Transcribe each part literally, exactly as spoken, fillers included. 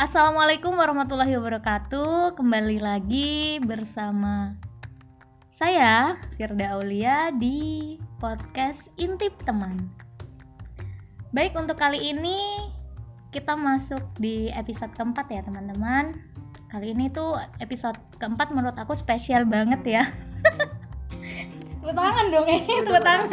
Assalamualaikum warahmatullahi wabarakatuh. Kembali lagi bersama saya Firda Aulia di podcast Intip Teman. Baik, untuk kali ini kita masuk di episode keempat ya teman-teman. Kali ini tuh episode keempat menurut aku spesial banget ya. Tepuk tangan dong eh, tepuk tangan.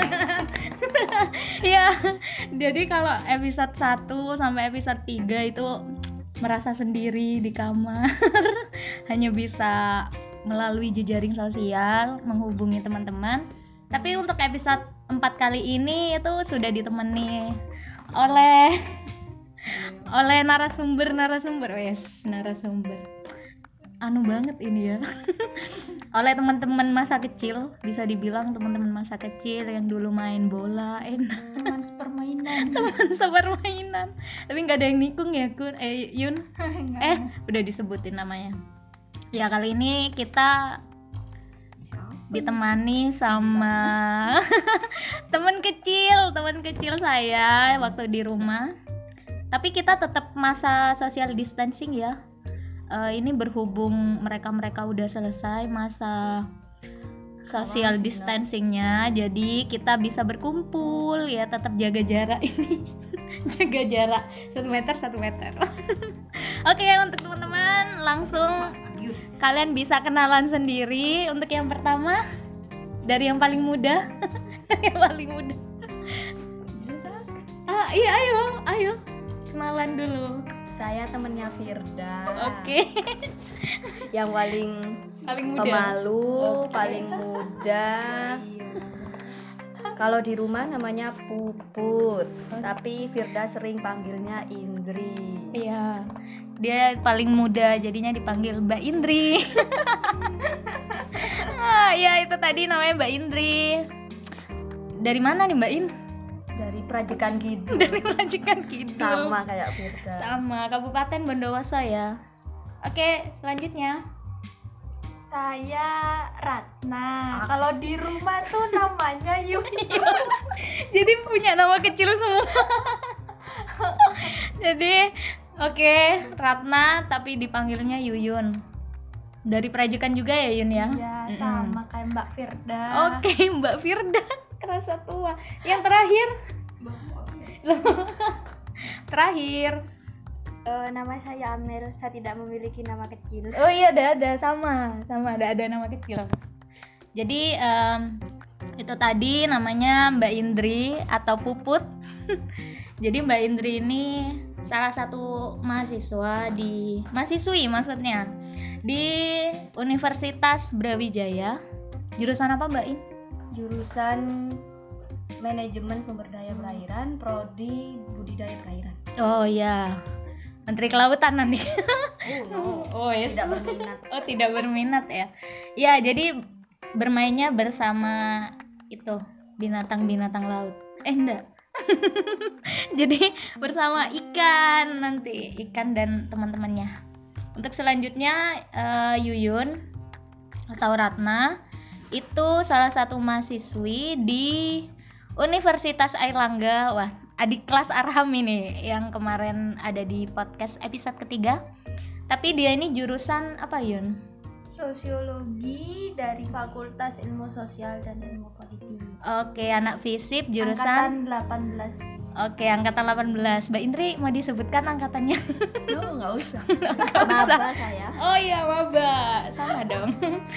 Ya, jadi kalau episode satu sampai episode tiga itu merasa sendiri di kamar. Hanya bisa melalui jejaring sosial menghubungi teman-teman. Tapi untuk episode empat kali ini itu sudah ditemani oleh oleh narasumber-narasumber wes, narasumber. Anu banget ini ya. Oleh teman-teman masa kecil, bisa dibilang teman-teman masa kecil yang dulu main bola, enak. Teman sepermainan. Teman sepermainan. Tapi nggak ada yang nikung ya, Kun. Eh, Yun. eh, udah disebutin namanya. Ya, kali ini kita ditemani sama teman kecil, teman kecil saya waktu di rumah. Tapi kita tetap masa social distancing ya. Uh, ini berhubung mereka-mereka udah selesai masa social distancingnya, jadi kita bisa berkumpul ya, tetap jaga jarak ini. Jaga jarak satu meter satu meter. Oke, untuk teman-teman langsung kalian bisa kenalan sendiri. Untuk yang pertama dari yang paling muda. Dari yang paling muda. Ah iya, ayo ayo kenalan dulu. Saya temennya Firda. Oke. Yang paling paling muda. Pemalu, okay. paling muda. Kalau di rumah namanya Puput, okay. Tapi Firda sering panggilnya Indri. Iya. Dia paling muda jadinya dipanggil Mbak Indri. Ah, ya itu tadi namanya Mbak Indri. Dari mana nih Mbak In? Dari Prajikan Kidul. Dari Prajikan Kidul. Sama kayak Firda. Sama, Kabupaten Bondowoso ya. Oke, selanjutnya. Saya Ratna. Kalau di rumah tuh namanya Yuyun. Jadi punya nama kecil semua. Jadi, oke, Ratna tapi dipanggilnya Yuyun. Dari Prajikan juga ya Yun ya? Iya, sama kayak Mbak Firda. Oke, Mbak Firda. Kerasa tua. Yang terakhir terakhir uh, nama saya Amel. Saya tidak memiliki nama kecil. Oh iya, ada ada sama sama ada ada nama kecil. Jadi um, itu tadi namanya Mbak Indri atau Puput. Jadi Mbak Indri ini salah satu mahasiswa di mahasiswi maksudnya di Universitas Brawijaya. Jurusan apa Mbak In? Jurusan Manajemen Sumber Daya Perairan, Prodi Budidaya Perairan. Oh ya, Menteri Kelautan nanti. Oh, no. Oh yes. Tidak berminat. Oh tidak berminat ya. Ya jadi bermainnya bersama itu binatang-binatang laut. Eh enggak. Jadi bersama ikan nanti, ikan dan teman-temannya. Untuk selanjutnya uh, Yuyun atau Ratna itu salah satu mahasiswi di Universitas Airlangga. Wah, adik kelas Arham ini yang kemarin ada di podcast episode ketiga. Tapi dia ini jurusan apa Yun? Sosiologi dari Fakultas Ilmu Sosial dan Ilmu Politik. Oke, anak FISIP jurusan Angkatan delapan belas. Oke, angkatan delapan belas. Mbak Indri mau disebutkan angkatannya? No, enggak usah. Nggak usah. Maba saya. Oh iya, maba. Sama dong.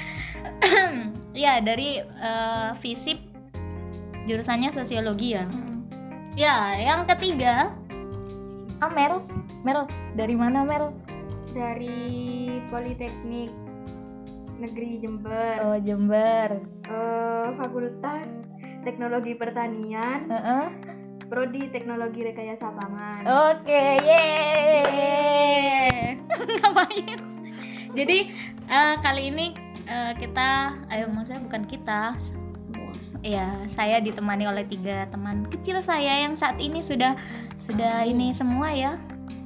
Ya, dari uh, FISIP jurusannya sosiologi ya. Hmm. Ya, yang ketiga Amel. Mel, dari mana Mel? Dari Politeknik Negeri Jember. Oh, Jember. Uh, Fakultas Teknologi Pertanian. Uh-uh. Prodi Teknologi Rekayasa Pangan. Oke, yeay. Ngapain? Jadi uh, kali ini uh, kita, ayo maksudnya bukan kita, Semua. ya saya ditemani oleh tiga teman kecil saya yang saat ini sudah sudah ini semua ya.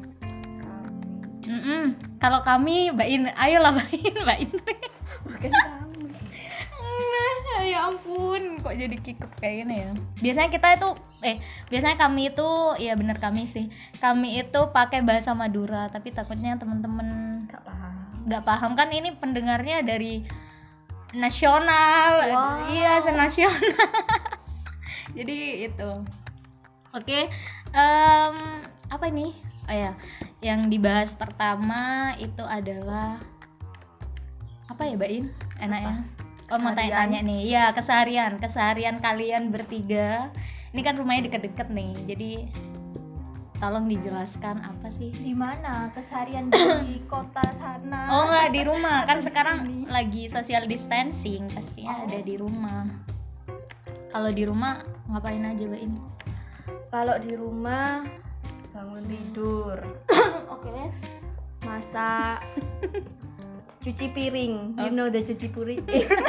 Mm-mm. Kalau kami Mbak In, ayolah Mbak In, Mbak Indri. Bukan kamu. Nah, ya ampun, kok jadi kikuk kayak gini ya. Biasanya kita itu eh biasanya kami itu ya bener kami sih. Kami itu pakai bahasa Madura, tapi takutnya teman-teman Gak paham. nggak paham kan, ini pendengarnya dari nasional. Wow. Iya, senasional. Jadi itu. Oke, em, apa ini? Oh ya, yang dibahas pertama itu adalah apa ya, Bain? Enaknya. Oh, mau Keseharian. tanya-tanya nih. Ya, keseharian, keseharian kalian bertiga. Ini kan rumahnya deket-deket nih. Jadi tolong dijelaskan apa sih? Di mana keseharian di kota sana? Oh enggak, di rumah kan Atau di sekarang sini? lagi social distancing, pastinya ada di rumah. Kalau di rumah ngapain aja, Bain? Kalau di rumah bangun tidur, Oke. masak, cuci piring. You know the cuci piring.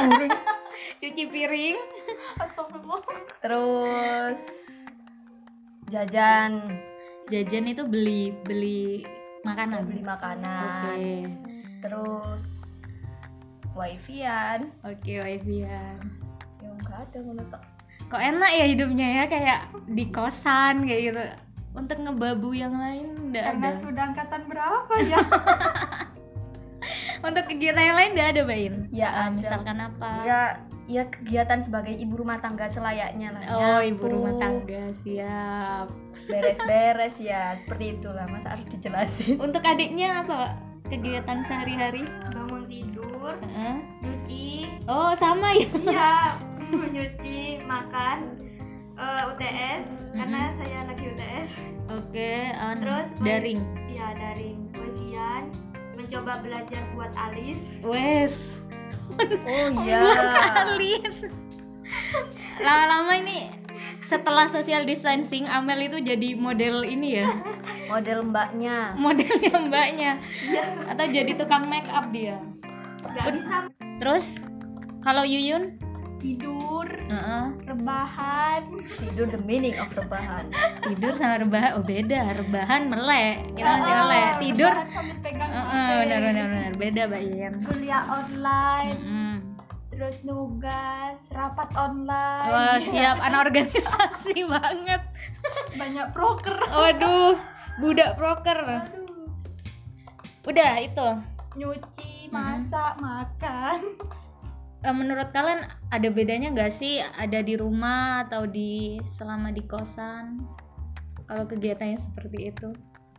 Cuci piring. Astagfirullah. Terus jajan, Jajan itu beli beli makanan. beli makanan. Oke. Terus wifi-an. Oke, wifi-an. Ya enggak ada ngono tok. Kok enak ya hidupnya ya, kayak di kosan kayak gitu. Untuk ngebabu yang lain enggak Karena ada. sudah angkatan berapa ya? Untuk kegiatan yang lain enggak ada, Bain? Ya, Ah, ada. misalkan apa? Ya, ya kegiatan sebagai ibu rumah tangga selayaknya lah. Oh, ibu Nyapu, rumah tangga, siap. beres-beres ya, seperti itulah. Masa harus dijelasin? Untuk adiknya apa kegiatan sehari-hari? Bangun tidur, Heeh. nyuci, Oh, sama ya. iya, nyuci, makan, eh, U T S karena saya lagi U T S. Oke, anu, Terus main- daring. Iya, daring wifi-an, mencoba belajar buat alis. Wes. Oh iya. Alis. Lama-lama ini setelah social distancing, Amel itu jadi model ini ya. Model mbaknya. Modelnya mbaknya. Atau jadi tukang make up dia. Gak bisa Terus kalau Yuyun? tidur, Heeh. rebahan. Tidur the meaning of rebahan. Tidur sama rebahan, oh beda. Rebahan melek, kita masih Oh, melek. Tidur, rebahan sambil pegang heeh, H P. benar benar benar beda, Mbak Ian. Kuliah online, Mm. terus nugas, rapat online. Wah, siap, anak organisasi banget. Banyak proker. Waduh, budak proker. Aduh. Udah itu. Nyuci, masak, makan. Eh, menurut kalian ada bedanya nggak sih ada di rumah atau di selama di kosan? Kalau kegiatannya seperti itu,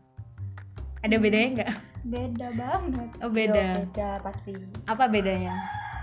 ada bedanya nggak? Beda banget. Oh Yo, beda. beda pasti. Apa bedanya?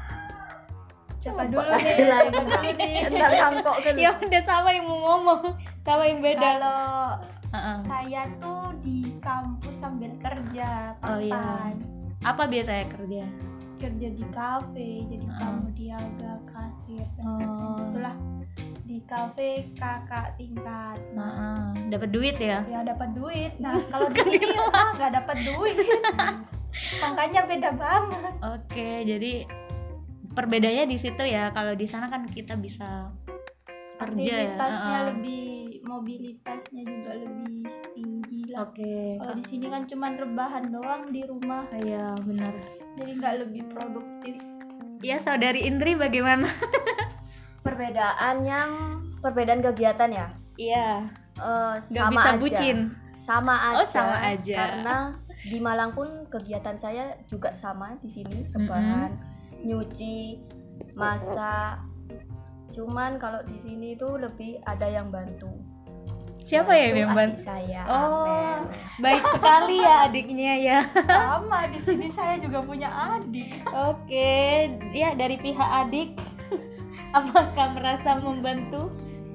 Siapa Coba dulu kasih nih? lagi. Siapa dulu nih? Tentang kangkok dulu. Ya udah, sama yang mau ngomong, sama yang beda. Kalau Heeh. saya tuh di kampus sambil kerja, Oh, iya. part-time. Apa biasanya kerja? Kerja di kafe, jadi Ah. pramugara, kasir, dan Oh. itulah di kafe kakak tingkat. Heeh. Dapat duit ya? Ya dapat duit. Nah kalau di sini ah nggak dapat duit. Makanya beda banget. Oke, jadi perbedaannya di situ ya. Kalau di sana kan kita bisa kerja ya. Aktivitasnya Heeh. lebih, mobilitasnya juga lebih tinggi lah. Oke. Kalau di sini kan cuman rebahan doang di rumah, Iya, benar. jadi nggak lebih produktif. Ya, saudari Indri bagaimana? Perbedaan yang perbedaan kegiatan ya. Iya. Eh, Nggak sama bisa aja. bucin. Sama aja. Oh, sama aja. Karena di Malang pun kegiatan saya juga sama di sini, rebahan, nyuci, masak. Cuman kalau di sini tuh lebih ada yang bantu. Siapa ya Yaitu yang adik bantu? saya. Oh, Amel. baik sekali ya adiknya ya. Sama di sini saya juga punya adik. Oke, ya dari pihak adik, apakah merasa membantu?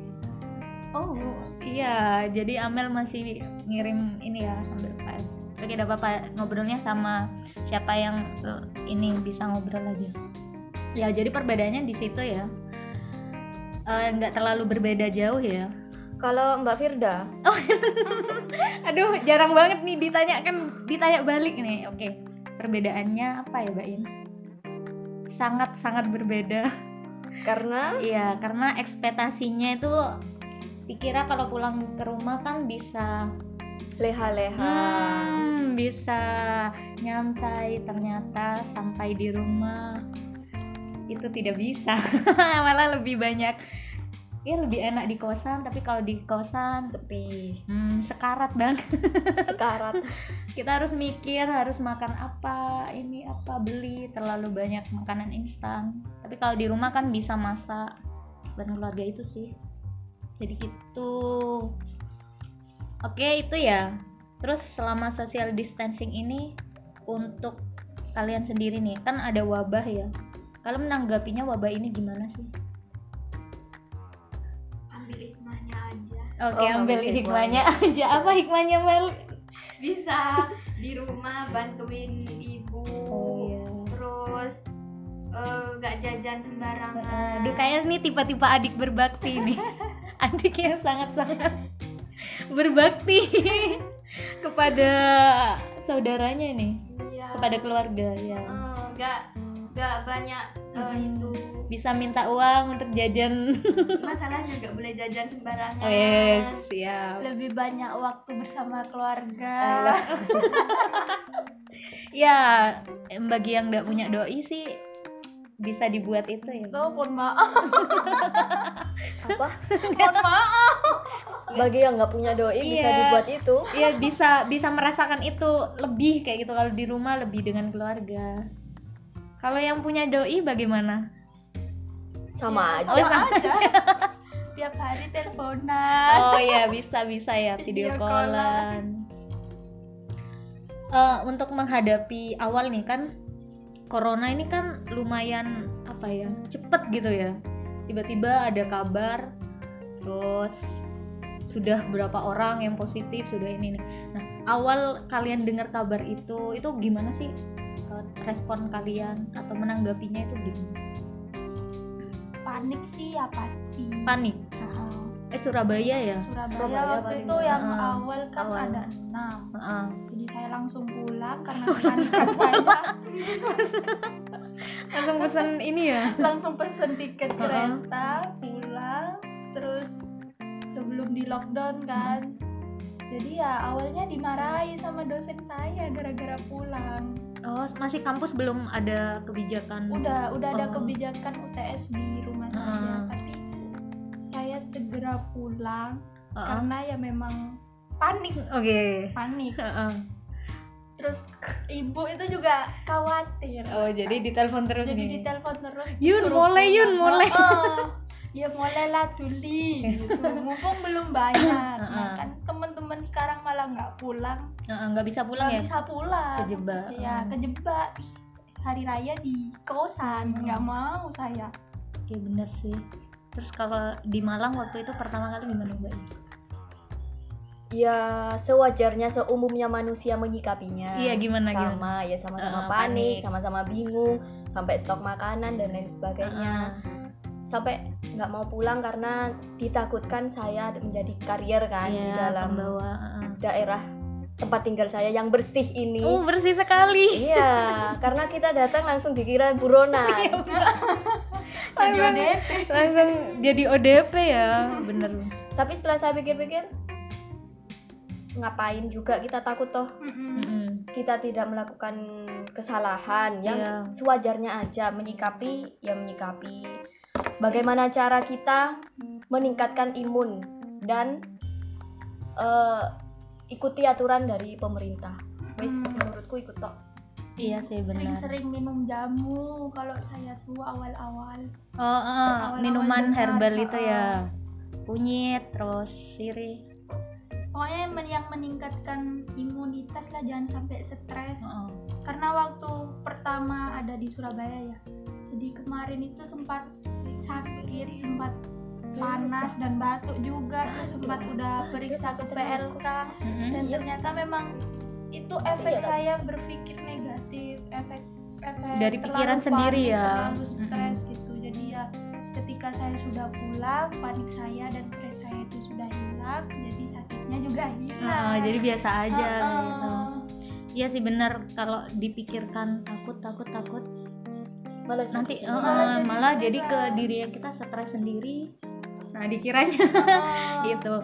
Oh, iya. Jadi Amel masih ngirim ini ya sambil file. Oke, tidak apa-apa, ngobrolnya sama siapa yang eh, ini bisa ngobrol aja. Ya, jadi perbedaannya di situ ya. Eh, nggak terlalu berbeda jauh ya. Kalau Mbak Firda, Aduh, jarang banget nih ditanyakan, ditanya balik nih. Oke, perbedaannya apa ya, Mbak In? Sangat-sangat berbeda. karena Iya, karena ekspektasinya itu dikira kalau pulang ke rumah kan bisa leha-leha. hmm, bisa nyantai, ternyata sampai di rumah itu tidak bisa. Malah lebih banyak, ya lebih enak di kosan. Tapi kalau di kosan Sepi, hmm, sekarat banget. sekarat. Kita harus mikir harus makan apa, ini apa, beli terlalu banyak makanan instan. Tapi kalau di rumah kan bisa masak bareng keluarga, itu sih. Jadi gitu. Oke, itu ya. Terus selama social distancing ini, untuk kalian sendiri nih, kan ada wabah ya. Kalian menanggapinya wabah ini gimana sih? Ambil hikmahnya aja. Oke, Oh, ambil ambil hikmahnya aja. Apa hikmahnya, Mel? Bisa di rumah bantuin ibu. Oh, iya. Terus eh, nggak jajan sembarangan. Aduh, kayak nih tipe-tipe adik berbakti nih. Adik yang sangat-sangat berbakti kepada saudaranya nih, Iya. kepada keluarga ya. Eh, nggak nggak banyak eh, Mm-mm. itu. Bisa minta uang untuk jajan. Masalahnya nggak boleh jajan sembarangan. Oh yes, siap. Lebih banyak waktu bersama keluarga. Alah. Ya, em, bagi yang nggak punya doi sih bisa dibuat itu ya. Tuh, mohon maaf, Apa? mohon maaf. Bagi yang nggak punya doi bisa Iya. dibuat itu. Iya, bisa bisa merasakan itu lebih kayak gitu kalau di rumah, lebih dengan keluarga. Kalau yang punya doi bagaimana? Sama aja. Oh, sama aja. aja. Tiap hari teleponan. Oh ya, bisa bisa ya video Video callan. Eh, untuk menghadapi awal nih kan, corona ini kan lumayan apa ya, cepet gitu ya. Tiba-tiba ada kabar, terus sudah berapa orang yang positif, sudah ini nih. Nah, awal kalian dengar kabar itu, itu gimana sih eh, respon kalian atau menanggapinya itu gimana? Panik sih ya pasti. Panik? Nah, Eh Surabaya ya? Surabaya, Surabaya waktu paling itu banyak. yang Heeh. awal kan Awal. ada enam. Heeh. Jadi saya langsung pulang karena kepanikan saya. Langsung pesen ini ya? Langsung pesen tiket Heeh. kereta, pulang, terus sebelum di lockdown kan. Jadi ya awalnya dimarahi sama dosen saya gara-gara pulang. Oh, masih kampus belum ada kebijakan. Udah udah ada Oh. kebijakan U T S di rumah saya, Heeh. tapi saya segera pulang Heeh. karena ya memang panik, Oke. panik. Heeh. Terus ibu itu juga khawatir. Oh, jadi ditelepon terus Jadi nih. ditelepon terus. Yun, disuruh mulai, Yun, pulang. mulai. Heeh. Ya mulailah tuli gitu. Mumpung belum banyak. Heeh. Nah, kan teman-teman sekarang malah nggak pulang, Heeh, nggak bisa pulang nggak ya? bisa pulang. Kejebak. Terus ya kejebak. Terus hari raya di kosan, Hmm. nggak mau saya. Iya bener sih. Terus kalau di Malang waktu itu pertama kali gimana, Mbak? Ya sewajarnya seumumnya manusia menyikapinya. Iya, gimana, Sama gimana? ya sama-sama Uh, panik, panik. sama-sama bingung, sampai stok makanan dan lain sebagainya. Heeh. Sampai nggak mau pulang karena ditakutkan saya menjadi karier kan di Iya, dalam pembawa. Heeh. daerah tempat tinggal saya yang bersih ini. Oh, bersih sekali. Iya, karena kita datang langsung dikira buronan. Jadi O D P. Langsung jadi O D P ya. Bener. Tapi setelah saya pikir-pikir, ngapain juga kita takut toh? Mm-mm. Mm-mm. Kita tidak melakukan kesalahan yang Iya. sewajarnya aja, menyikapi ya menyikapi. Bagaimana cara kita meningkatkan imun dan eh, ikuti aturan dari pemerintah. Wis Hmm. menurutku ikut tok. Iya sih benar. Sering-sering minum jamu kalau saya tuh awal-awal. Oh, oh, Awal-awal minuman dengar, herbal itu heeh. ya. Kunyit, terus sirih. Pokoknya yang men- yang meningkatkan imunitas lah, jangan sampai stres. Oh, Karena waktu pertama ada di Surabaya ya, jadi kemarin itu sempat sakit, sempat panas dan batuk juga, terus sempat udah periksa ke P L K mm-mm. dan Iya. ternyata memang itu efek Iya, tapi- saya berpikir negatif, efek efek Dari terlalu pikiran sendiri panik, ya. terlalu stres gitu. Jadi ya ketika saya sudah pulang, panik saya dan stres saya itu sudah hilang, jadi sakitnya juga hilang. Oh, jadi biasa aja Heeh. gitu. Iya sih benar, kalau dipikirkan takut takut takut Malah nanti jadi- eh, Malah jadi malah jadi ke beneran. diri yang kita stres sendiri. Nah, dikiranya Heeh. gitu.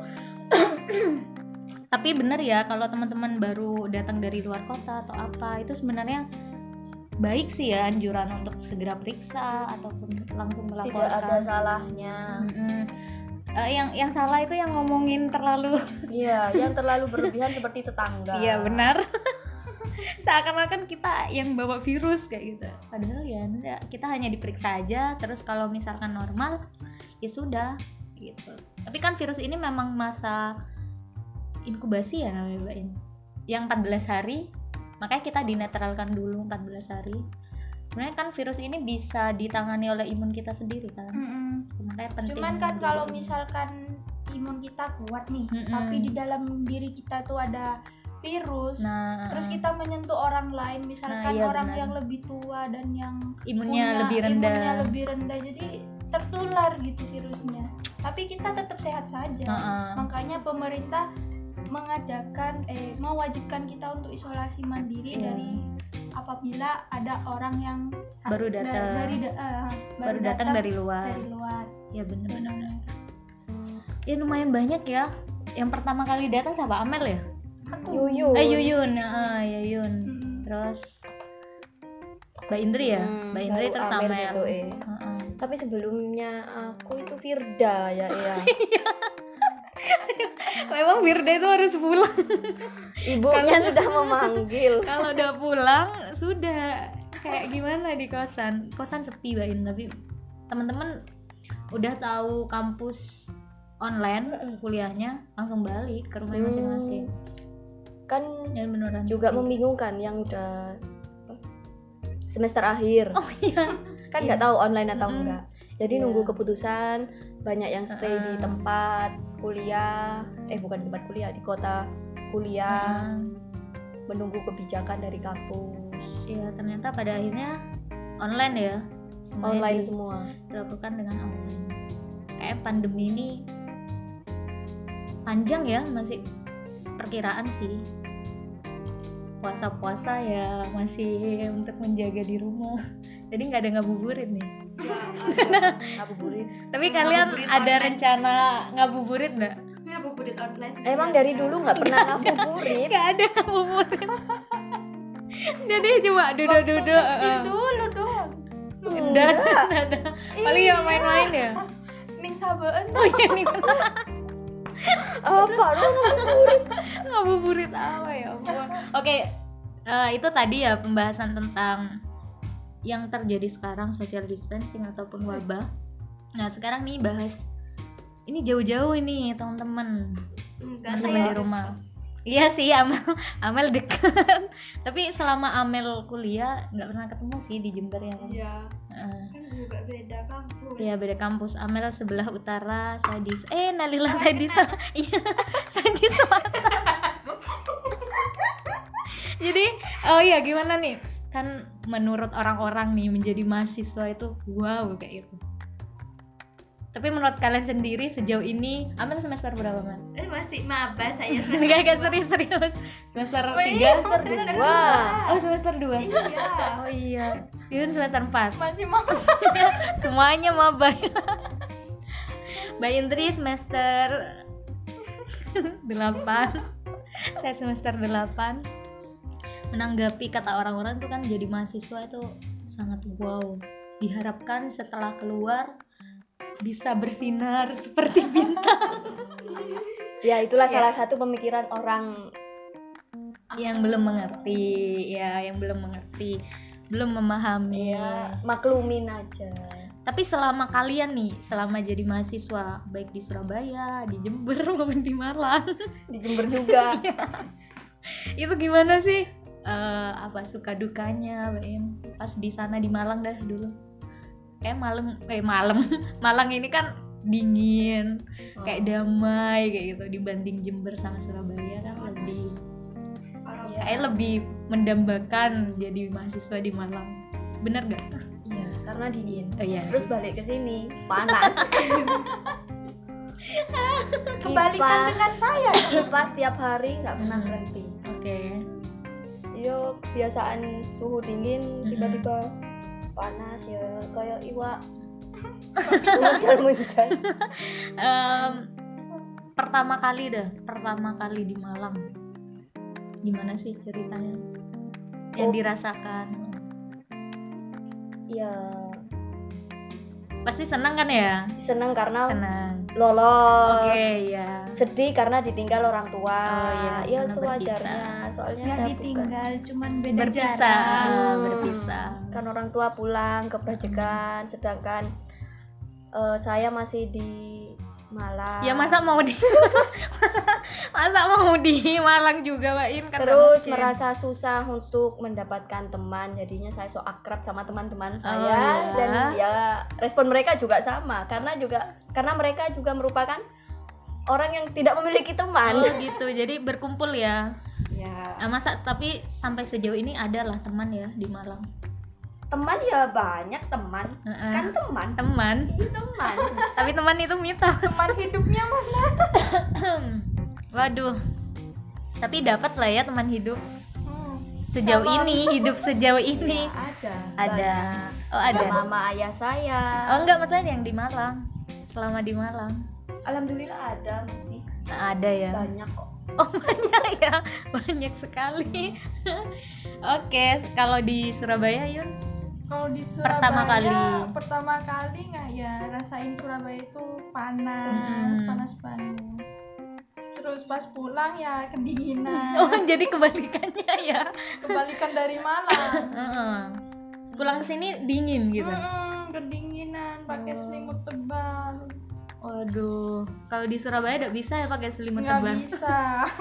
Tapi benar ya, kalau teman-teman baru datang dari luar kota atau apa, itu sebenarnya baik sih ya anjuran untuk segera periksa ataupun langsung Tidak melaporkan. ada salahnya. Mm-mm. Eh, yang yang salah itu yang ngomongin terlalu. Iya, yang terlalu berlebihan seperti tetangga. Iya benar. Seakan-akan kita yang bawa virus kayak gitu. Padahal ya enggak, kita hanya diperiksa aja. Terus kalau misalkan normal, ya sudah gitu. Tapi kan virus ini memang masa inkubasi ya namanya Mbak In. Yang empat belas hari, makanya kita dinetralkan dulu empat belas hari. Sebenarnya kan virus ini bisa ditangani oleh imun kita sendiri kan. Mm-mm. Makanya penting. Cuman kan menjaga kalau imun. misalkan imun kita kuat nih, Mm-mm. tapi di dalam diri kita tuh ada virus, Nah, terus kita menyentuh orang lain, misalkan Nah, iya orang benar. yang lebih tua dan yang imunnya punya lebih rendah. imunnya lebih rendah, jadi tertular gitu virusnya. Tapi kita tetap sehat saja. Heeh. Makanya pemerintah mengadakan eh mewajibkan kita untuk isolasi mandiri Iya. dari apabila ada orang yang Baru da- datang. dari da- eh, baru datang dari luar. dari luar. Ya benar-benar. Ya lumayan banyak ya. Yang pertama kali datang siapa? Amel ya? Yuyun. Eh Yuyun, ah Yuyun. Mm-mm. Terus Mbak Indri ya, Hmm, Mbak Indri baru terus Amel Amel. besoknya. Heeh. Tapi sebelumnya aku itu Firda ya, ya. Memang Firda itu harus pulang. Ibunya sudah memanggil. Kalau udah pulang sudah kayak gimana di kosan? Kosan sepi Mbak In, tapi teman-teman udah tahu kampus online kuliahnya langsung balik ke rumah Hmm. masing-masing. Kan Dan beneran juga sepi. membingungkan yang udah semester akhir. Oh iya. Kan iya. nggak tahu online atau Mm-mm. enggak. Jadi Iya. nunggu keputusan, banyak yang stay di Uh-uh. tempat kuliah, eh bukan di tempat kuliah, di kota kuliah, Heeh. menunggu kebijakan dari kampus. Iya, ternyata pada akhirnya online ya. Semuanya Online di- semua. dilakukan dengan online. Kayak pandemi ini panjang ya, masih perkiraan sih. Puasa-puasa ya masih untuk menjaga di rumah. Jadi nggak ada ngabuburit nih. Ngabuburit. Tapi kalian Ngabuburit ada online. rencana ngabuburit nggak? Ngabuburit online. Emang dari dulu nggak pernah ngabuburit. Nggak ada ngabuburit. Jadi cuma duduk-duduk. Kecil uh-uh. dulu dong. Udah, Enggak. udah. Paling ya main-main ya. Ning sabeen. Oh iya nih. Apa lu ngabuburit? Ngabuburit apa ya ampun. Oke, eh, itu tadi ya pembahasan tentang yang terjadi sekarang, social distancing ataupun wabah. Nah sekarang nih bahas ini jauh-jauh ini teman-teman, Enggak, teman-teman saya di rumah. Iya sih, Amel Amel dekat. Tapi selama Amel kuliah nggak pernah ketemu sih di Jember ya. Iya, Heeh. kan juga beda kampus. Iya beda kampus. Amel sebelah utara, saya di eh Nalila saya di sel- iya saya di selatan. Jadi oh iya gimana nih, kan menurut orang-orang nih menjadi mahasiswa itu wow kayak gitu. Tapi menurut kalian sendiri sejauh ini Amel semester berapa man? Eh masih maba saya semester Gak gak dua. serius-serius. Semester Oh iya, tiga? Semester Semester dua. Oh semester dua? Iya. Oh iya. Yun semester empat. Masih mau. Semuanya maba. Mbak Indri semester delapan. Saya semester delapan. Menanggapi kata orang-orang itu kan jadi mahasiswa itu sangat wow. Diharapkan setelah keluar bisa bersinar seperti bintang. Ya itulah salah satu pemikiran orang. Yang belum mengerti, ya yang belum mengerti, belum memahami. Ya maklumin aja. Tapi selama kalian nih, selama jadi mahasiswa, baik di Surabaya, di Jember maupun di Malang, Di Jember juga. itu gimana sih? Eh, apa suka dukanya, Mbak In? Pas di sana di Malang dah dulu. Kayak malam, eh malam, Malang ini kan dingin, kayak damai kayak gitu dibanding Jember sama Surabaya kan lebih, Parah. Iya. kayak lebih mendambakan jadi mahasiswa di Malang. Bener gak? Iya, karena dingin. Oh iya. Terus balik ke sini panas. Kebalikan Kipas- dengan saya. Kipas tiap hari nggak pernah Hmm. berhenti. Oke. Yo kebiasaan suhu dingin Mm-mm. tiba-tiba panas ya kayak iwak muncul-muncul. Em, pertama kali dah, pertama kali di Malang. Gimana sih ceritanya? Yang Oh. dirasakan? Ya Pasti senang kan ya? senang karena Senang. lolos. Oke, ya. Sedih karena ditinggal orang tua. Oh, iya, ya karena sewajarnya. Soalnya Nggak saya bukan ditinggal, cuman beda Berpisah, jarak. ah, berpisah. kan orang tua pulang ke Brajegan, sedangkan eh, saya masih di Malang. Ya masa mau di masa, masa mau di Malang juga, Mbak In kan nggak Terus mungkin. merasa susah untuk mendapatkan teman, jadinya saya sok akrab sama teman-teman saya iya. dan ya respon mereka juga sama karena juga karena mereka juga merupakan orang yang tidak memiliki teman. Oh gitu. Jadi berkumpul ya. Ya, Ah, masa tapi sampai sejauh ini ada lah teman ya di Malang. teman ya banyak teman, Heeh. kan teman, Teman. ini teman, Tapi teman itu mitos. teman hidupnya mana? Waduh. Tapi dapat lah ya teman hidup Hmm. sejauh Sama. ini, hidup sejauh ini. Ya, ada, Ada. banyak. Oh, ada. Mama ayah saya. Oh enggak, maksudnya yang di Malang. Selama di Malang. Alhamdulillah ada masih Nah, ada ya. banyak kok. Oh banyak ya, banyak sekali. Oke, kalau di Surabaya Yun? Kalau di Surabaya Pertama kali. pertama kali nggak ya rasain Surabaya itu panas, Hmm. panas banget. Terus pas pulang ya kedinginan. Oh jadi kebalikannya ya. Kebalikan dari Malang. Heeh. Pulang ke sini dingin gitu. Mm-mm, kedinginan, pakai selimut tebal. Waduh, kalau di Surabaya nggak bisa ya pakai selimut Nggak tebal. bisa.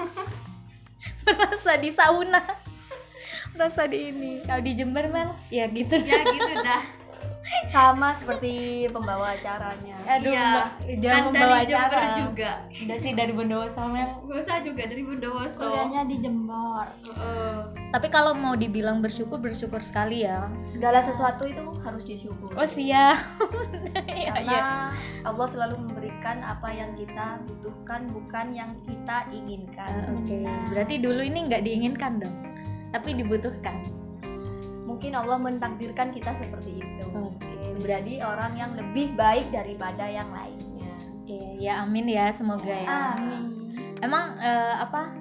Merasa di sauna, merasa di ini. Kalau di Jember Mel, ya gitu. Ya gitu dah. Sama seperti pembawa acaranya. Aduh, Iya. Mbak, jangan Kan membawa dari Jember acara. juga. Udah sih dari Bondowoso Mel. Gosa juga dari Bondowoso. Kuliahnya di Jember. Heeh. Tapi kalau mau dibilang bersyukur, bersyukur sekali ya. Segala sesuatu itu harus disyukuri. Oh siap. Iya, Karena iya. Allah selalu memberikan apa yang kita butuhkan, bukan yang kita Ah, inginkan. Oke, berarti dulu ini nggak diinginkan dong, tapi dibutuhkan. Mungkin Allah mentakdirkan kita seperti itu. Oke, Berarti orang yang lebih baik daripada yang lainnya. oke, ya amin ya, semoga ya. Amin. Emang eh, apa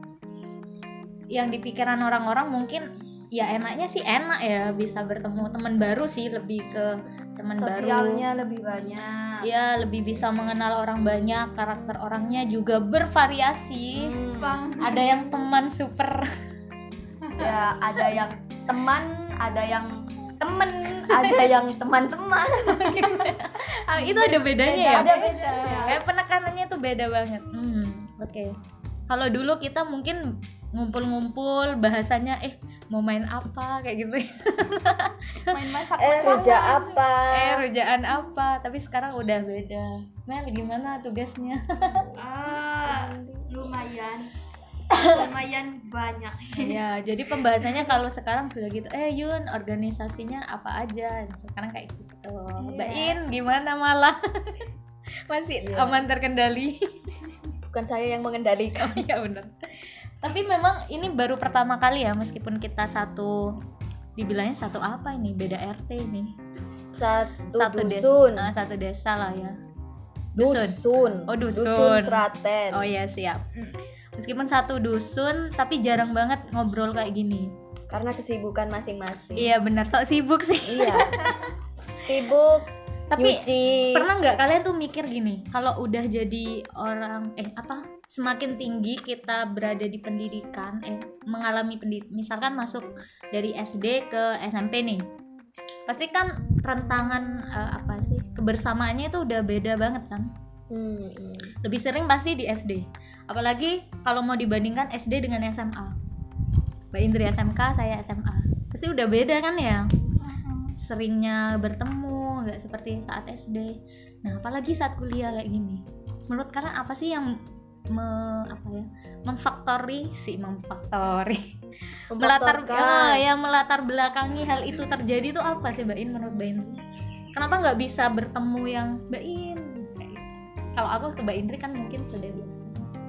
yang di pikiran orang-orang mungkin ya enaknya sih enak ya bisa bertemu teman baru sih, lebih ke teman baru. Sosialnya lebih banyak. Ya lebih bisa mengenal orang banyak, karakter orangnya juga bervariasi. Hmm, Bang. Ada yang teman super. ya ada yang teman, ada yang temen, ada yang teman-teman. Ah, itu ada bedanya ya. Ada beda. Kayak penekanannya tuh beda banget. Hmm, oke. Kalau dulu kita mungkin ngumpul-ngumpul bahasanya eh mau main apa kayak gitu. Main masak Eh, rujak apa? eh rujaan apa, tapi sekarang udah beda. Mel gimana tugasnya? Ah, lumayan. Lumayan banyak. Ya, jadi pembahasannya kalau sekarang sudah gitu. Eh Yun, organisasinya apa aja? Sekarang kayak gitu. Mbak In gimana malah? Masih Iya. aman terkendali? Bukan saya yang mengendalikan. Oh iya benar. Tapi memang ini baru pertama kali ya, meskipun kita satu, dibilangnya satu apa ini, beda R T ini. Satu, Satu dusun. desa, satu desa lah ya. Dusun. Dusun. Oh, dusun. Dusun Seraten. Oh ya siap. Meskipun satu dusun, tapi jarang banget ngobrol kayak gini. Karena kesibukan masing-masing. Iya benar, sok sibuk sih. Iya. Sibuk. Tapi nyuci. pernah nggak kalian tuh mikir gini, kalau udah jadi orang eh apa semakin tinggi kita berada di pendidikan eh mengalami pendidikan, misalkan masuk dari S D ke S M P nih, pasti kan rentangan eh, apa sih kebersamaannya itu udah beda banget kan. Hmm, hmm. Lebih sering pasti di S D, apalagi kalau mau dibandingkan S D dengan S M A. Mbak Indri S M K, saya S M A, pasti udah beda kan ya, seringnya bertemu nggak seperti saat S D. Nah apalagi saat kuliah kayak gini, menurut kalian apa sih yang me, apa ya memfaktori sih memfaktori melatar Memfaktorkan. ah, ya melatar belakangi hal itu terjadi itu apa sih Mbak In, menurut Mbak In? Kenapa nggak bisa bertemu yang Mbak In? Kayak gitu. Kalau aku ke Mbak Indri kan mungkin sudah biasa.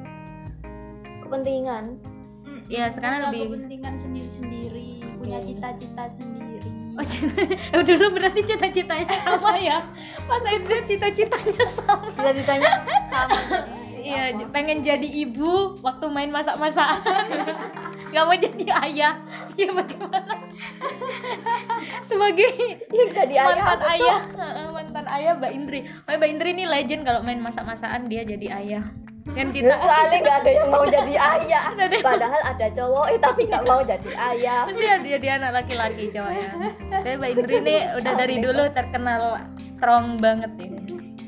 Kepentingan. Ya sekarang Punya lebih kepentingan sendiri-sendiri, punya Oke. cita-cita sendiri. oh, cita- dulu berarti cita-citanya sama ya. Pas S D cita-citanya sama. Cita-citanya sama jadi. Iya, apa? pengen jadi ibu waktu main masak-masakan. Gak mau jadi ayah. Iya bagaimana? Sebagai Yang jadi ayah mantan aku ayah, Heeh, mantan ayah Mbak Indri. Mbak Indri ini legend kalau main masak-masakan dia jadi ayah. Kan tuh. kita Soalnya nggak ada yang mau jadi ayah. Padahal ada cowok eh tapi nggak mau jadi ayah. pasti dia jadi anak laki-laki cowok ya. Tapi Mbak Indri ini udah dari dulu terkenal strong banget ini.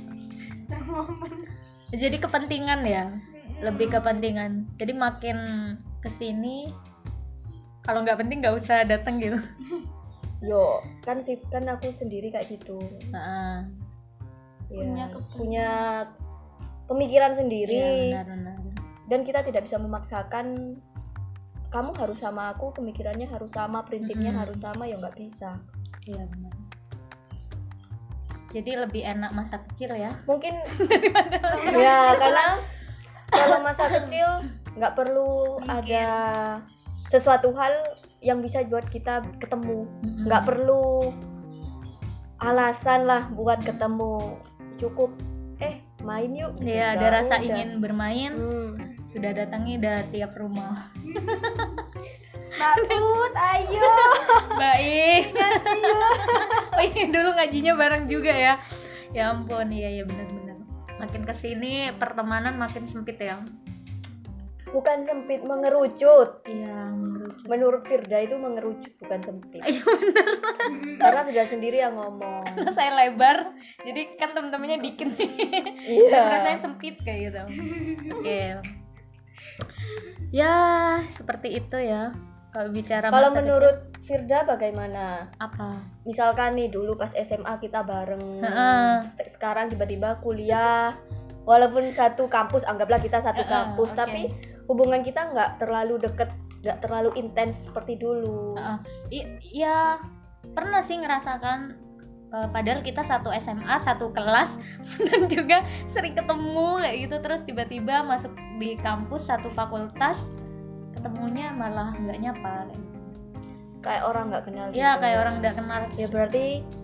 Jadi kepentingan ya, lebih kepentingan. Jadi makin kesini kalau nggak penting nggak usah datang gitu. Yo, kan sih kan aku sendiri kayak gitu. Heeh. Ya, Punya punya, kepentingan. pemikiran sendiri Iya benar-benar. dan kita tidak bisa memaksakan kamu harus sama aku, pemikirannya harus sama, prinsipnya Mm-mm. harus sama, ya nggak bisa. Iya benar. Jadi lebih enak masa kecil ya. Mungkin ya karena kalau masa kecil nggak perlu Mikir. ada sesuatu hal yang bisa buat kita ketemu, Mm-mm. nggak perlu alasan lah buat ketemu, cukup eh main yuk. Iya, Udah, ada rasa udah. ingin bermain, Hmm. sudah datangi dah tiap rumah. Mbak Put, ayo. Baik. Oh iya, dulu ngajinya bareng juga ya. Ya ampun, iya ya benar-benar. Makin kesini pertemanan makin sempit ya. Bukan sempit, mengerucut. Iya, mengerucut. Menurut Firda itu mengerucut, bukan sempit. Iya benar. Karena Firda sendiri yang ngomong. Karena saya lebar, jadi kan temen-temennya dikit nih. Iya. Rasanya sempit kayak gitu. Oke. Ya, seperti itu ya. Kalau bicara Kalau masa menurut Firda bagaimana? kecil, apa? Misalkan nih dulu pas S M A kita bareng, Heeh. se- sekarang tiba-tiba kuliah, walaupun satu kampus, anggaplah kita satu Heeh, kampus, oke. tapi hubungan kita nggak terlalu deket, nggak terlalu intens seperti dulu. Heeh. I- ya pernah sih ngerasakan eh, padahal kita satu S M A satu kelas dan juga sering ketemu kayak gitu, terus tiba-tiba masuk di kampus satu fakultas ketemunya malah nggak nyapa kayak gitu. Kayak orang nggak kenal. Ya gitu. kayak orang nggak kenal. Ya berarti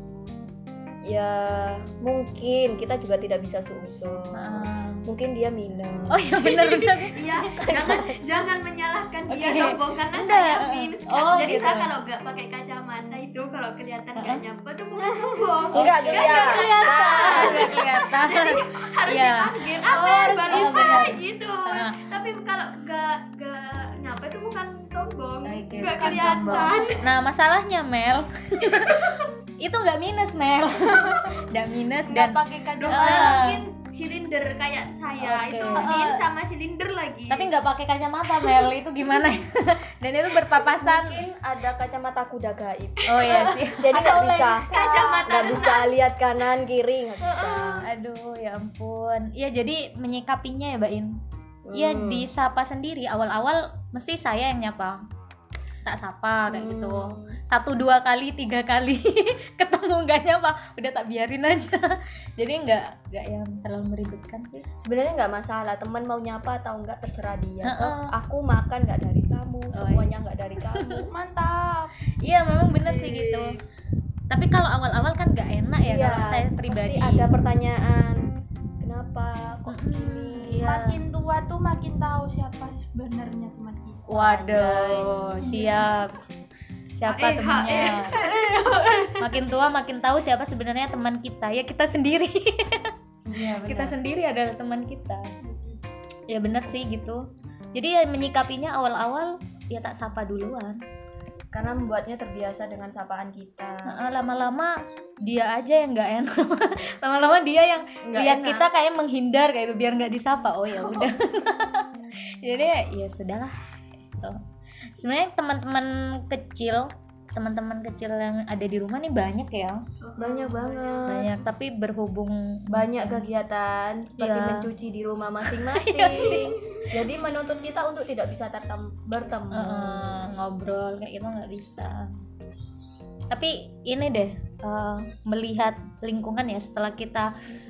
ya mungkin kita juga tidak bisa suuzon. Heeh. Mungkin dia minus. Oh ya benar-benar. Iya, jangan jangan menyalahkan dia Oke. sombong karena Enggak. saya minus. Oh, Jadi gitu. saya kalau nggak pakai kacamata itu kalau kelihatan nggak nyampe itu bukan sombong. Enggak Oke. kelihatan. Nggak kelihatan. Harus Iya. dipanggil Oh, apa harus baru iya, benar. gitu. Heeh. Tapi kalau nggak nggak nyampe itu bukan sombong. Oke, Nggak bukan kelihatan. sombong. Nah masalahnya Mel itu nggak minus Mel, nggak minus Nggak dan pakai Duh, kacamata. Ah. mungkin silinder kayak saya Oke. itu min sama silinder lagi. tapi nggak pakai kacamata Mel, itu gimana? Dan itu berpapasan. Mungkin ada kacamata kuda gaib. Oh iya sih. Jadi nggak bisa, kacamata nggak bisa lihat kanan kiri, nggak bisa. Aduh ya ampun. Iya jadi menyikapinya ya Mbak In. Iya Hmm. disapa sendiri. Awal-awal mesti saya yang nyapa. Tak sapa kayak gitu. Hmm. Satu dua kali tiga kali ketemu nggak nyapa, udah tak biarin aja. Jadi nggak nggak yang terlalu meribetkan sih. Sebenarnya nggak masalah, teman mau nyapa atau nggak terserah dia. Heeh. Oh, aku makan nggak dari kamu, semuanya nggak dari kamu. Mantap. Iya memang bener sih Sih. gitu. Tapi kalau awal-awal kan nggak enak ya Iya, kalau saya pasti pribadi. ada pertanyaan, kenapa kok Mm-mm, gini? iya. Makin tua tuh makin tahu siapa sebenarnya teman kita. Waduh, siap. Siapa H E, temannya? Makin tua makin tahu siapa sebenarnya teman kita. Ya kita sendiri. Iya, Kita sendiri adalah teman kita. Ya bener sih gitu. Jadi ya menyikapinya awal-awal ya tak sapa duluan. Karena membuatnya terbiasa dengan sapaan kita. Nah, lama-lama dia aja yang nggak enak. Lama-lama dia yang Nggak lihat enak. kita kayak menghindar kayak itu biar nggak disapa. Oh ya udah. Jadi ya sudahlah. Gitu. Sebenarnya teman-teman kecil, teman-teman kecil yang ada di rumah nih banyak ya. Banyak banget. Banyak tapi berhubung Banyak kegiatan seperti Iya. mencuci di rumah masing-masing. Jadi menuntut kita untuk tidak bisa tertem- bertemu. eh, ngobrol kayak gitu nggak bisa. Tapi ini deh eh, melihat lingkungan ya setelah kita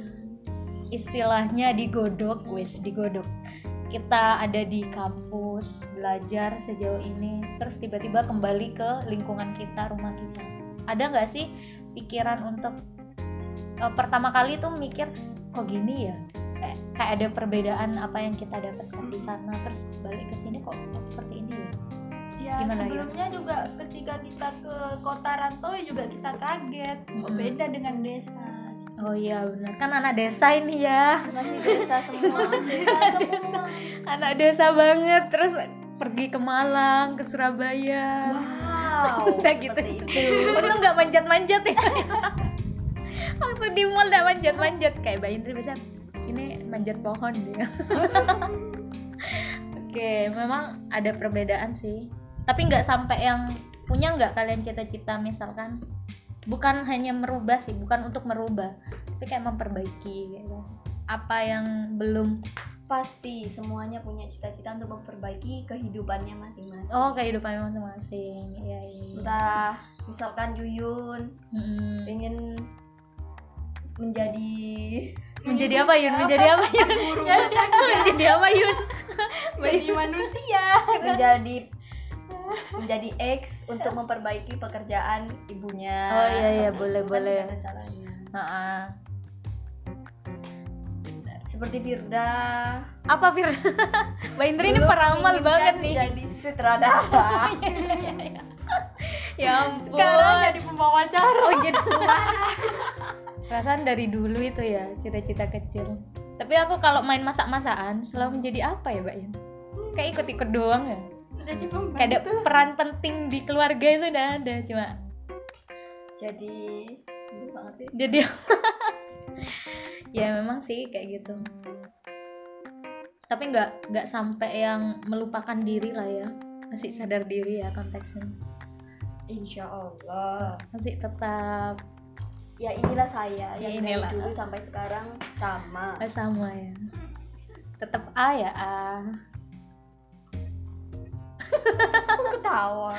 istilahnya digodok, wes digodok. Kita ada di kampus belajar sejauh ini, terus tiba-tiba kembali ke lingkungan kita, rumah kita. Ada nggak sih pikiran untuk eh, pertama kali tuh mikir kok gini ya? Kayak, kayak ada perbedaan apa yang kita dapatkan di sana, terus balik ke sini kok seperti ini ya? Ya Gimana, sebelumnya juga ketika kita ke kota rantau juga kita kaget kok Mm-mm. beda dengan desa. Oh iya benar, kan anak desa ini ya. Masih desa semua. Desa semua. Anak desa banget, terus pergi ke Malang, ke Surabaya. Wow. Udah gitu. Seperti itu. Untung nggak manjat-manjat ya. Waktu di mall nggak manjat-manjat kayak Mbak Indri bisa. Ini manjat pohon dia. Oke, memang ada perbedaan sih. Tapi nggak sampai yang punya nggak kalian cita-cita misalkan bukan hanya merubah sih, bukan untuk merubah, tapi kayak memperbaiki gitu. Apa yang belum? Pasti semuanya punya cita-cita untuk memperbaiki kehidupannya masing-masing. Oh, kehidupan masing-masing. Iya, iya. Entah misalkan Yuyun Mm-mm. pengen menjadi Menjadi apa Yun? Menjadi apa Yun? Menjadi apa Yun? Jadi manusia. menjadi menjadi X untuk memperbaiki pekerjaan ibunya. Oh iya iya Seperti boleh itu kan boleh. tidak ada salahnya. Heeh. Seperti Firda. Apa Fir? Mbak Indri ini dulu peramal menginginkan banget nih. Jadi sutradara. Ya ampun. Sekarang jadi pembawa acara. Oh jadi perasaan dari dulu itu ya cita-cita kecil. Tapi aku kalau main masak-masakan selalu menjadi apa ya Mbak Yun? Kayak ikut-ikut doang ya. Jadi pembantu. Kayak ada peran penting di keluarga itu udah ada cuma Jadi lupa ngerti. jadi ya memang sih kayak gitu. Tapi nggak nggak sampai yang melupakan diri lah ya, masih sadar diri ya konteksnya, Insya Allah. masih tetap Ya inilah saya Ya yang inilah. dari dulu sampai sekarang sama. sama ya, tetap A ya A. Ketawa.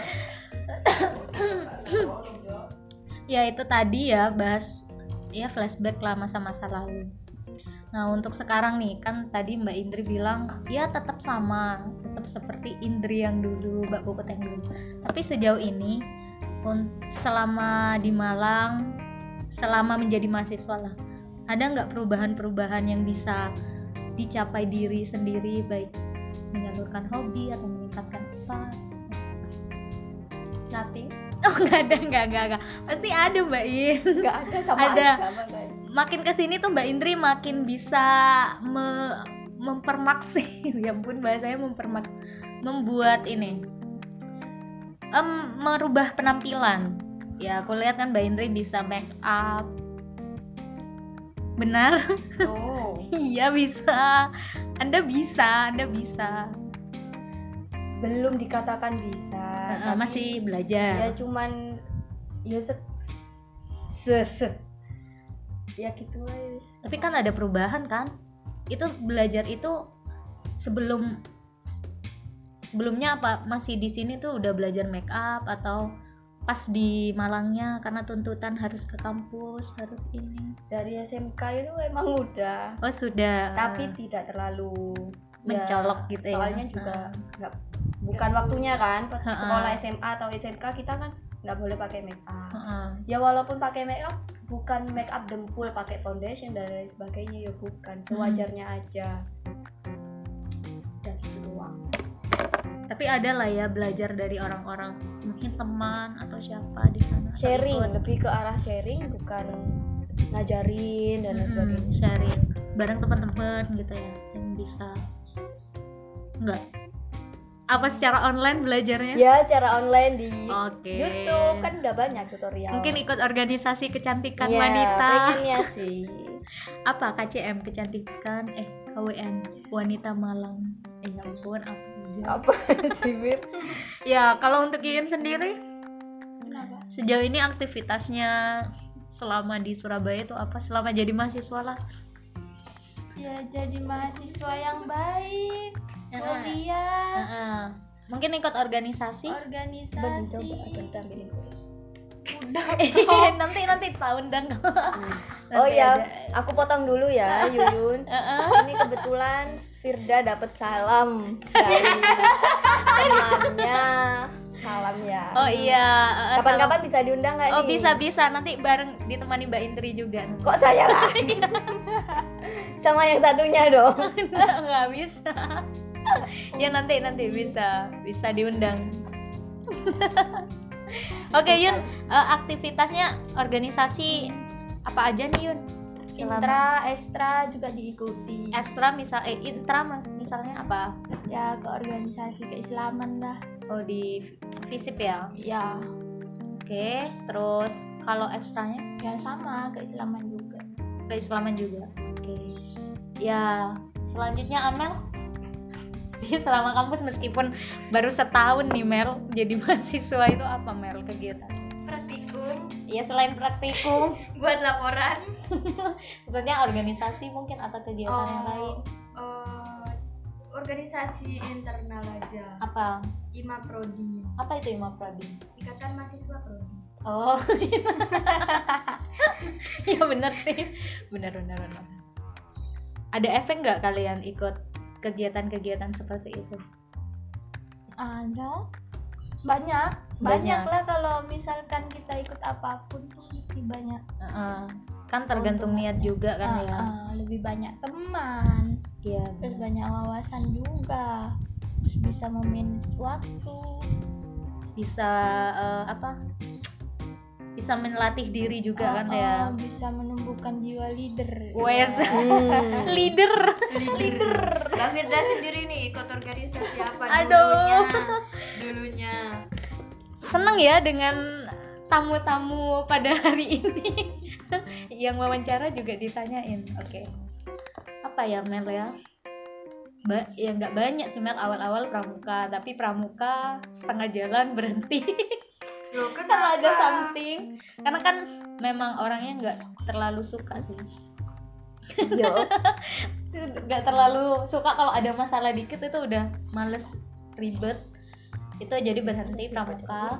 Ya itu tadi ya bahas ya flashback lah masa-masa lalu. Nah untuk sekarang nih kan tadi Mbak Indri bilang ya tetap sama, tetap seperti Indri yang dulu, Mbak Puput yang dulu. Tapi sejauh ini un- selama di Malang, selama menjadi mahasiswa lah, ada nggak perubahan-perubahan yang bisa dicapai diri sendiri, baik menyalurkan hobi atau meningkatkan apa? Nothing. Oh nggak ada, nggak nggak nggak, pasti ada Mbak In. Nggak ada sama Ada. aja makanya. Makin kesini tuh Mbak Indri makin bisa me- mempermaksi, ya ampun bahasanya mempermaks, membuat ini, em, merubah penampilan. Ya aku lihat kan Mbak Indri bisa make up, benar? Oh. Iya bisa, Anda bisa, Anda bisa. Belum dikatakan bisa. Eh, tapi masih belajar. ya cuman ya se, se, se. ya gitu lah ya. Tapi kan ada perubahan kan? Itu belajar itu sebelum sebelumnya apa masih di sini tuh udah belajar make up atau pas di Malangnya karena tuntutan harus ke kampus, harus ini. Dari S M K itu emang udah, Oh sudah. tapi tidak terlalu ya, mencolok gitu ya. soalnya juga nggak bukan waktunya kan pas Ha-ha. sekolah S M A atau S M K kita kan nggak boleh pakai make up. Heeh. Ya walaupun pakai make up bukan make up dempul, pakai foundation dan lain sebagainya, ya bukan, sewajarnya aja. Udah gitu doang. Tapi ada lah ya belajar dari orang-orang, mungkin teman atau siapa di sana. atau Sharing, ikut. lebih ke arah sharing bukan ngajarin dan lain Mm-mm, sebagainya. sharing bareng teman-teman gitu ya yang bisa. Enggak. Apa secara online belajarnya? Ya secara online di Oke. YouTube kan udah banyak tutorial. Mungkin ikut organisasi kecantikan Ya, wanita. pengennya sih. Apa K C M kecantikan eh K W N wanita Malang. Eh ya ampun apa aja. Apa sih, Fit? Ya, kalau untuk Yuyun sendiri Kenapa? sejauh ini aktivitasnya selama di Surabaya itu apa? Selama jadi mahasiswa lah. Ya jadi mahasiswa yang baik, Ya. mulia, Heeh. Mungkin ikut organisasi. Ben, organisasi. coba bentar ambilin gue. Udah. nanti nanti tahun dan Oh ya, aku potong dulu ya, Yuyun. Heeh. Ini kebetulan Firda dapat salam dari temannya. Salam ya. Oh iya. eh, Kapan-kapan bisa diundang nggak salam. Oh nih? bisa bisa nanti bareng ditemani Mbak Indri juga. Kok saya lagi? Sama yang satunya dong. Nggak bisa. Ya nanti nanti bisa bisa diundang. Oke Yun, eh, aktivitasnya organisasi apa aja nih Yun? Selama- Intra, ekstra juga diikuti. Ekstra misal eh intra mas- misalnya apa? Ya ke organisasi keislaman lah. Oh di FISIP ya. Ya, Oke, terus kalau ekstranya ya sama keislaman juga. keislaman juga. Oke. Ya, selanjutnya Amel. Dia selama kampus meskipun baru setahun nih Mel jadi mahasiswa itu apa Mel kegiatan? Praktikum Ya selain praktikum, buat laporan. maksudnya organisasi mungkin atau kegiatan yang lain. eh, organisasi internal aja. Apa? I M A Prodi, Apa itu Ima Prodi? Ikatan Mahasiswa Prodi. Oh. Ya benar sih. Benar benar benar. Ada efek nggak kalian ikut kegiatan-kegiatan seperti itu? Ada banyak, Banyak. banyak lah kalau misalkan kita ikut apapun tuh mesti banyak. Heeh. Kan tergantung niat juga kan Ah, ya. ah, lebih banyak teman, Iya. terus benar. banyak wawasan juga, terus bisa memanage waktu. Bisa eh, apa? Bisa melatih diri juga Ah, kan ah, ya. bisa menumbuhkan jiwa leader. Wes. Ya. Leader. Mbak Firda sendiri nih ikut organisasi apa Aduh. dulunya? Dulunya. Seneng ya dengan tamu-tamu pada hari ini. Yang wawancara juga ditanyain. Oke. Apa ya Mel ya? Ba- ya nggak banyak sih Mel, awal-awal pramuka, tapi pramuka setengah jalan berhenti. Loh, Karena ada something. Karena kan memang orangnya nggak terlalu suka sih. Yo. Nggak terlalu suka kalau ada masalah dikit itu udah males, ribet. Itu jadi berhenti pramuka.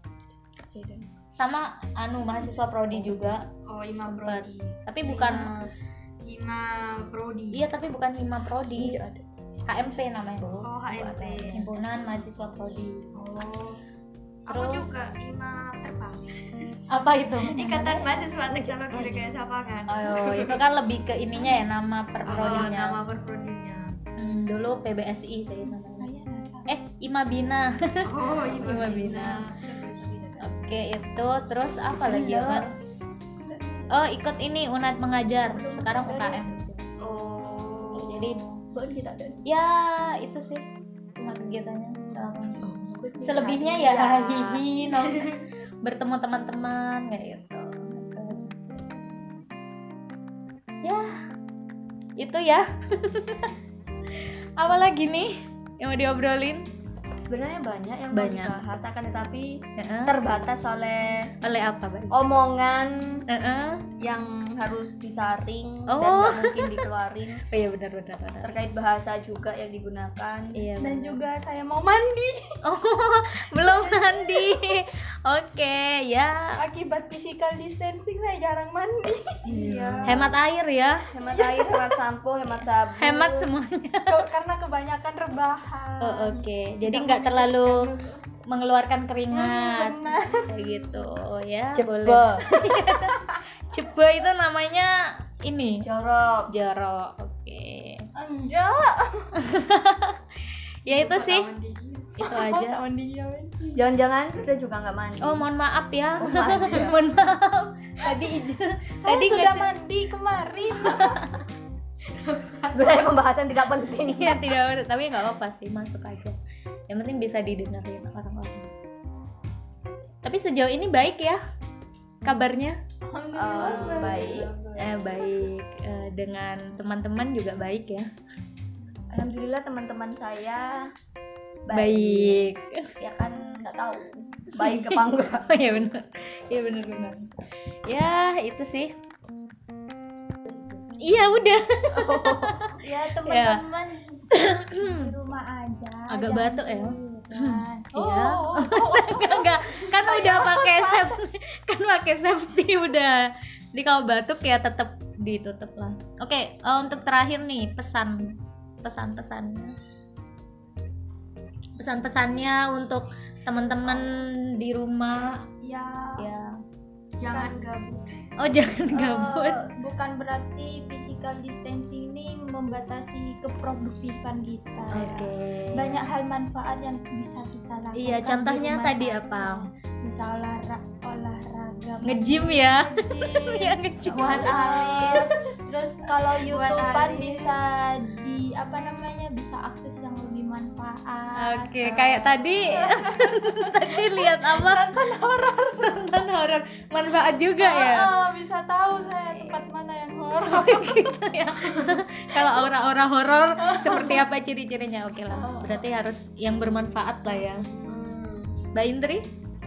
Sama anu mahasiswa prodi juga, Oh, I M A Sempet. Prodi. tapi bukan I M A Prodi. iya tapi bukan hima prodi, H M P namanya. Oh, H M P. Himpunan mahasiswa prodi. Oh. Aku Terus? juga I M A Terbang. Apa itu? Ikatan Mahasiswa Teknologi Rekayasa Pangan. Oh, itu kan lebih ke ininya ya, nama per Oh, prodinya. nama perprodinya. Hmm, dulu P B S I saya namanya. Ayah nggak tahu. Eh, Imabina. Oh, I M A Bina. Oke, itu terus apa lagi ya, Mat? Oh, ikut ini Unat Mengajar, sekarang U K M. Oh. Jadi Bukan kita dan ya itu sih cuma kegiatannya selama selebihnya ya hihi nong bertemu teman-teman kayak gitu. Gitu aja sih. Ya itu ya. Apa lagi nih yang mau diobrolin? sebenarnya banyak yang Banyak. mau dibahas akan tetapi Heeh. terbatas oleh Oleh apa, Bang? omongan Heeh. yang harus disaring Oh. dan nggak mungkin dikeluarin Oh iya benar benar benar. terkait bahasa juga yang digunakan. Iya. Dan benar. juga saya mau mandi Oh, belum mandi. Oke, ya. akibat physical distancing saya jarang mandi. Iya. Hemat air ya. Hemat air, hemat sampo, hemat sabun. Hemat semuanya. Ke- karena kebanyakan rebahan. Oh, oke. Jadi nggak terlalu mengeluarkan keringat. Benar. Kayak gitu. Ya, Jebe. boleh. Jebe itu namanya ini. Jorok. Jorok. Oke. Enggak. Ya itu sih. Itu aja. Mandi ya, men. Jangan-jangan kita juga nggak mandi. Oh, mohon maaf ya. Oh, maaf ya. Mohon maaf. Tadi izin. Saya Tadi sudah ngece- mandi kemarin. Sebenarnya pembahasan tidak penting. Iya, tidak, tapi nggak apa-apa sih, masuk aja. Yang penting bisa didengarin orang-orang. Tapi sejauh ini baik ya kabarnya. Oh, baik. Eh, baik. Eh, dengan teman-teman juga baik ya. Alhamdulillah teman-teman saya Baik. Ya kan nggak tahu baik apa enggak. Oh iya benar. Iya benar benar. Ya, itu sih. Iya, udah. Ya teman-teman di rumah aja. Agak jangan batuk ya. keluar. Iya. Oh, Enggak, enggak. Kan udah pakai safety. Kan pakai safety udah. Jadi kalau batuk ya tetap ditutup lah. Oke, eh, untuk terakhir nih pesan pesan-pesannya. Pesan-pesannya untuk teman-teman di rumah ya ya. Jangan gabut. Oh, jangan Eh, gabut. bukan berarti physical distancing ini membatasi keproduktifan kita Oke. ya. Banyak hal manfaat yang bisa kita lakukan. Iya, contohnya di rumah tadi saja. apa? Bisa olahraga, olahraga Nge-gym ya. nge-gym, Ya, nge-gym. buat alis. Terus kalau YouTubean alis. bisa di apa namanya bisa akses yang lebih manfaat. Oke, Eh, kayak tadi tadi lihat apa? Nonton horor. Nonton horor. Manfaat juga ya. oh, bisa tahu saya tempat mana yang horor. Gitu ya. Kalau aura-aura horor seperti apa ciri-cirinya? Oke lah. Berarti harus yang bermanfaat lah ya. Hmm, Mbak Indri?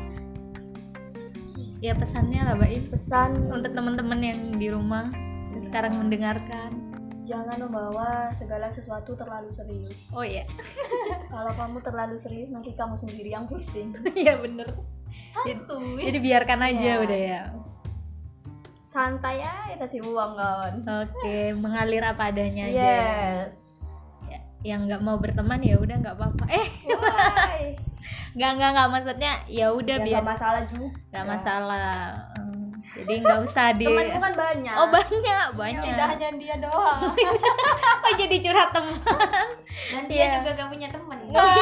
Ya pesannya lah Mbak In pesan untuk teman-teman yang di rumah yang sekarang mendengarkan. jangan membawa segala sesuatu terlalu serius. Oh iya. Kalau kamu terlalu serius nanti kamu sendiri yang pusing. Iya bener. Satu. Jadi biarkan aja Iya. udah ya. Santai aja tadi uang kawan. Oke, mengalir apa adanya aja. Yes. Ya, yang nggak mau berteman ya udah nggak apa-apa. Eh, Why? nggak nggak nggak maksudnya ya udah Ya, biar nggak masalah juga. nggak masalah. Hmm, jadi nggak usah di. Temanku kan banyak. Oh banyak banyak. Tidak hanya dia doang. Oh jadi curhat teman. Dan dia Iya. juga gak punya temen.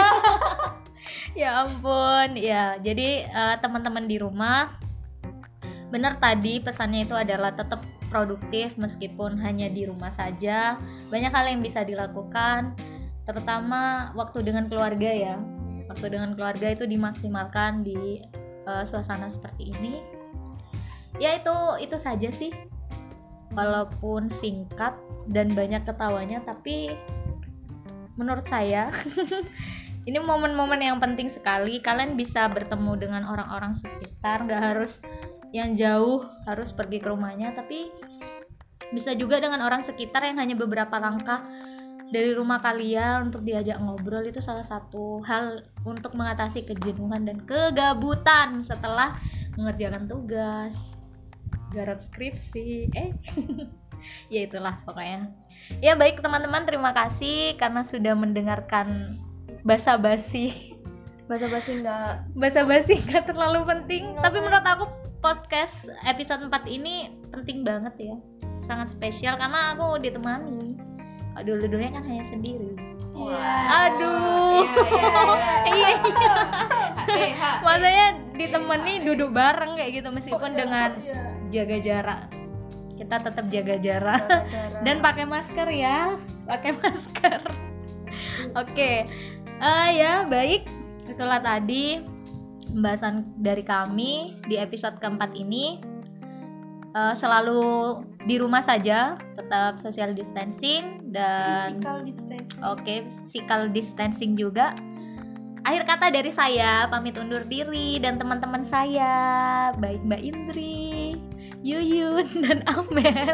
Ya ampun. Ya jadi eh, teman-teman di rumah, benar tadi pesannya itu adalah tetap produktif meskipun hanya di rumah saja. Banyak hal yang bisa dilakukan, terutama waktu dengan keluarga ya. Waktu dengan keluarga itu dimaksimalkan di eh, suasana seperti ini. Ya itu itu saja sih. Walaupun singkat dan banyak ketawanya, tapi menurut saya ini momen-momen yang penting sekali. Kalian bisa bertemu dengan orang-orang sekitar, nggak harus yang jauh harus pergi ke rumahnya, tapi bisa juga dengan orang sekitar yang hanya beberapa langkah dari rumah kalian untuk diajak ngobrol. Itu salah satu hal untuk mengatasi kejenuhan dan kegabutan setelah mengerjakan tugas, garap skripsi, eh ya itulah pokoknya. Ya baik teman-teman, terima kasih karena sudah mendengarkan basa-basi. Basa-basi enggak. Basa-basi nggak terlalu penting, tapi menurut aku podcast episode empat ini penting banget ya, sangat spesial karena aku ditemani. Kalau dulu-dulunya kan hanya sendiri. Iya. Aduh. Iya, iya. Eh, ha, Maksudnya ditemani duduk bareng kayak gitu meskipun dengan Iya. jaga jarak. Kita tetap jaga jarak Cara. dan pakai masker ya, pakai masker. Oke, Eh, ya baik, itulah tadi pembahasan dari kami di episode keempat ini. Eh, selalu di rumah saja, tetap social distancing dan Physical distancing. oke, physical distancing juga. Akhir kata dari saya, pamit undur diri dan teman-teman saya, baik Mbak Indri, Yuyun, dan Amel.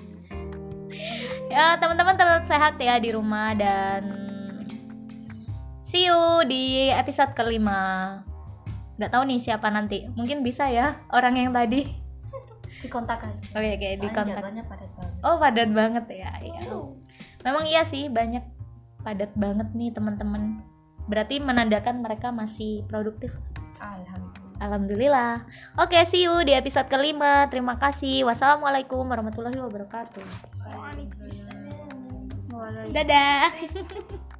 Ya, teman-teman tetap sehat ya di rumah dan see you di episode kelima. Gak tahu nih siapa nanti, mungkin bisa ya orang yang tadi. Di kontak aja. Oke, oke, di Soalnya kontak. jadwalnya padat banget. Oh, padat banget ya. Ya. Memang iya sih, banyak padat banget nih teman-teman. Berarti menandakan mereka masih produktif. Alhamdulillah. Alhamdulillah. Oke, see you di episode kelima. Terima kasih. Wassalamualaikum warahmatullahi wabarakatuh. Waalaikumsalam. Dadah.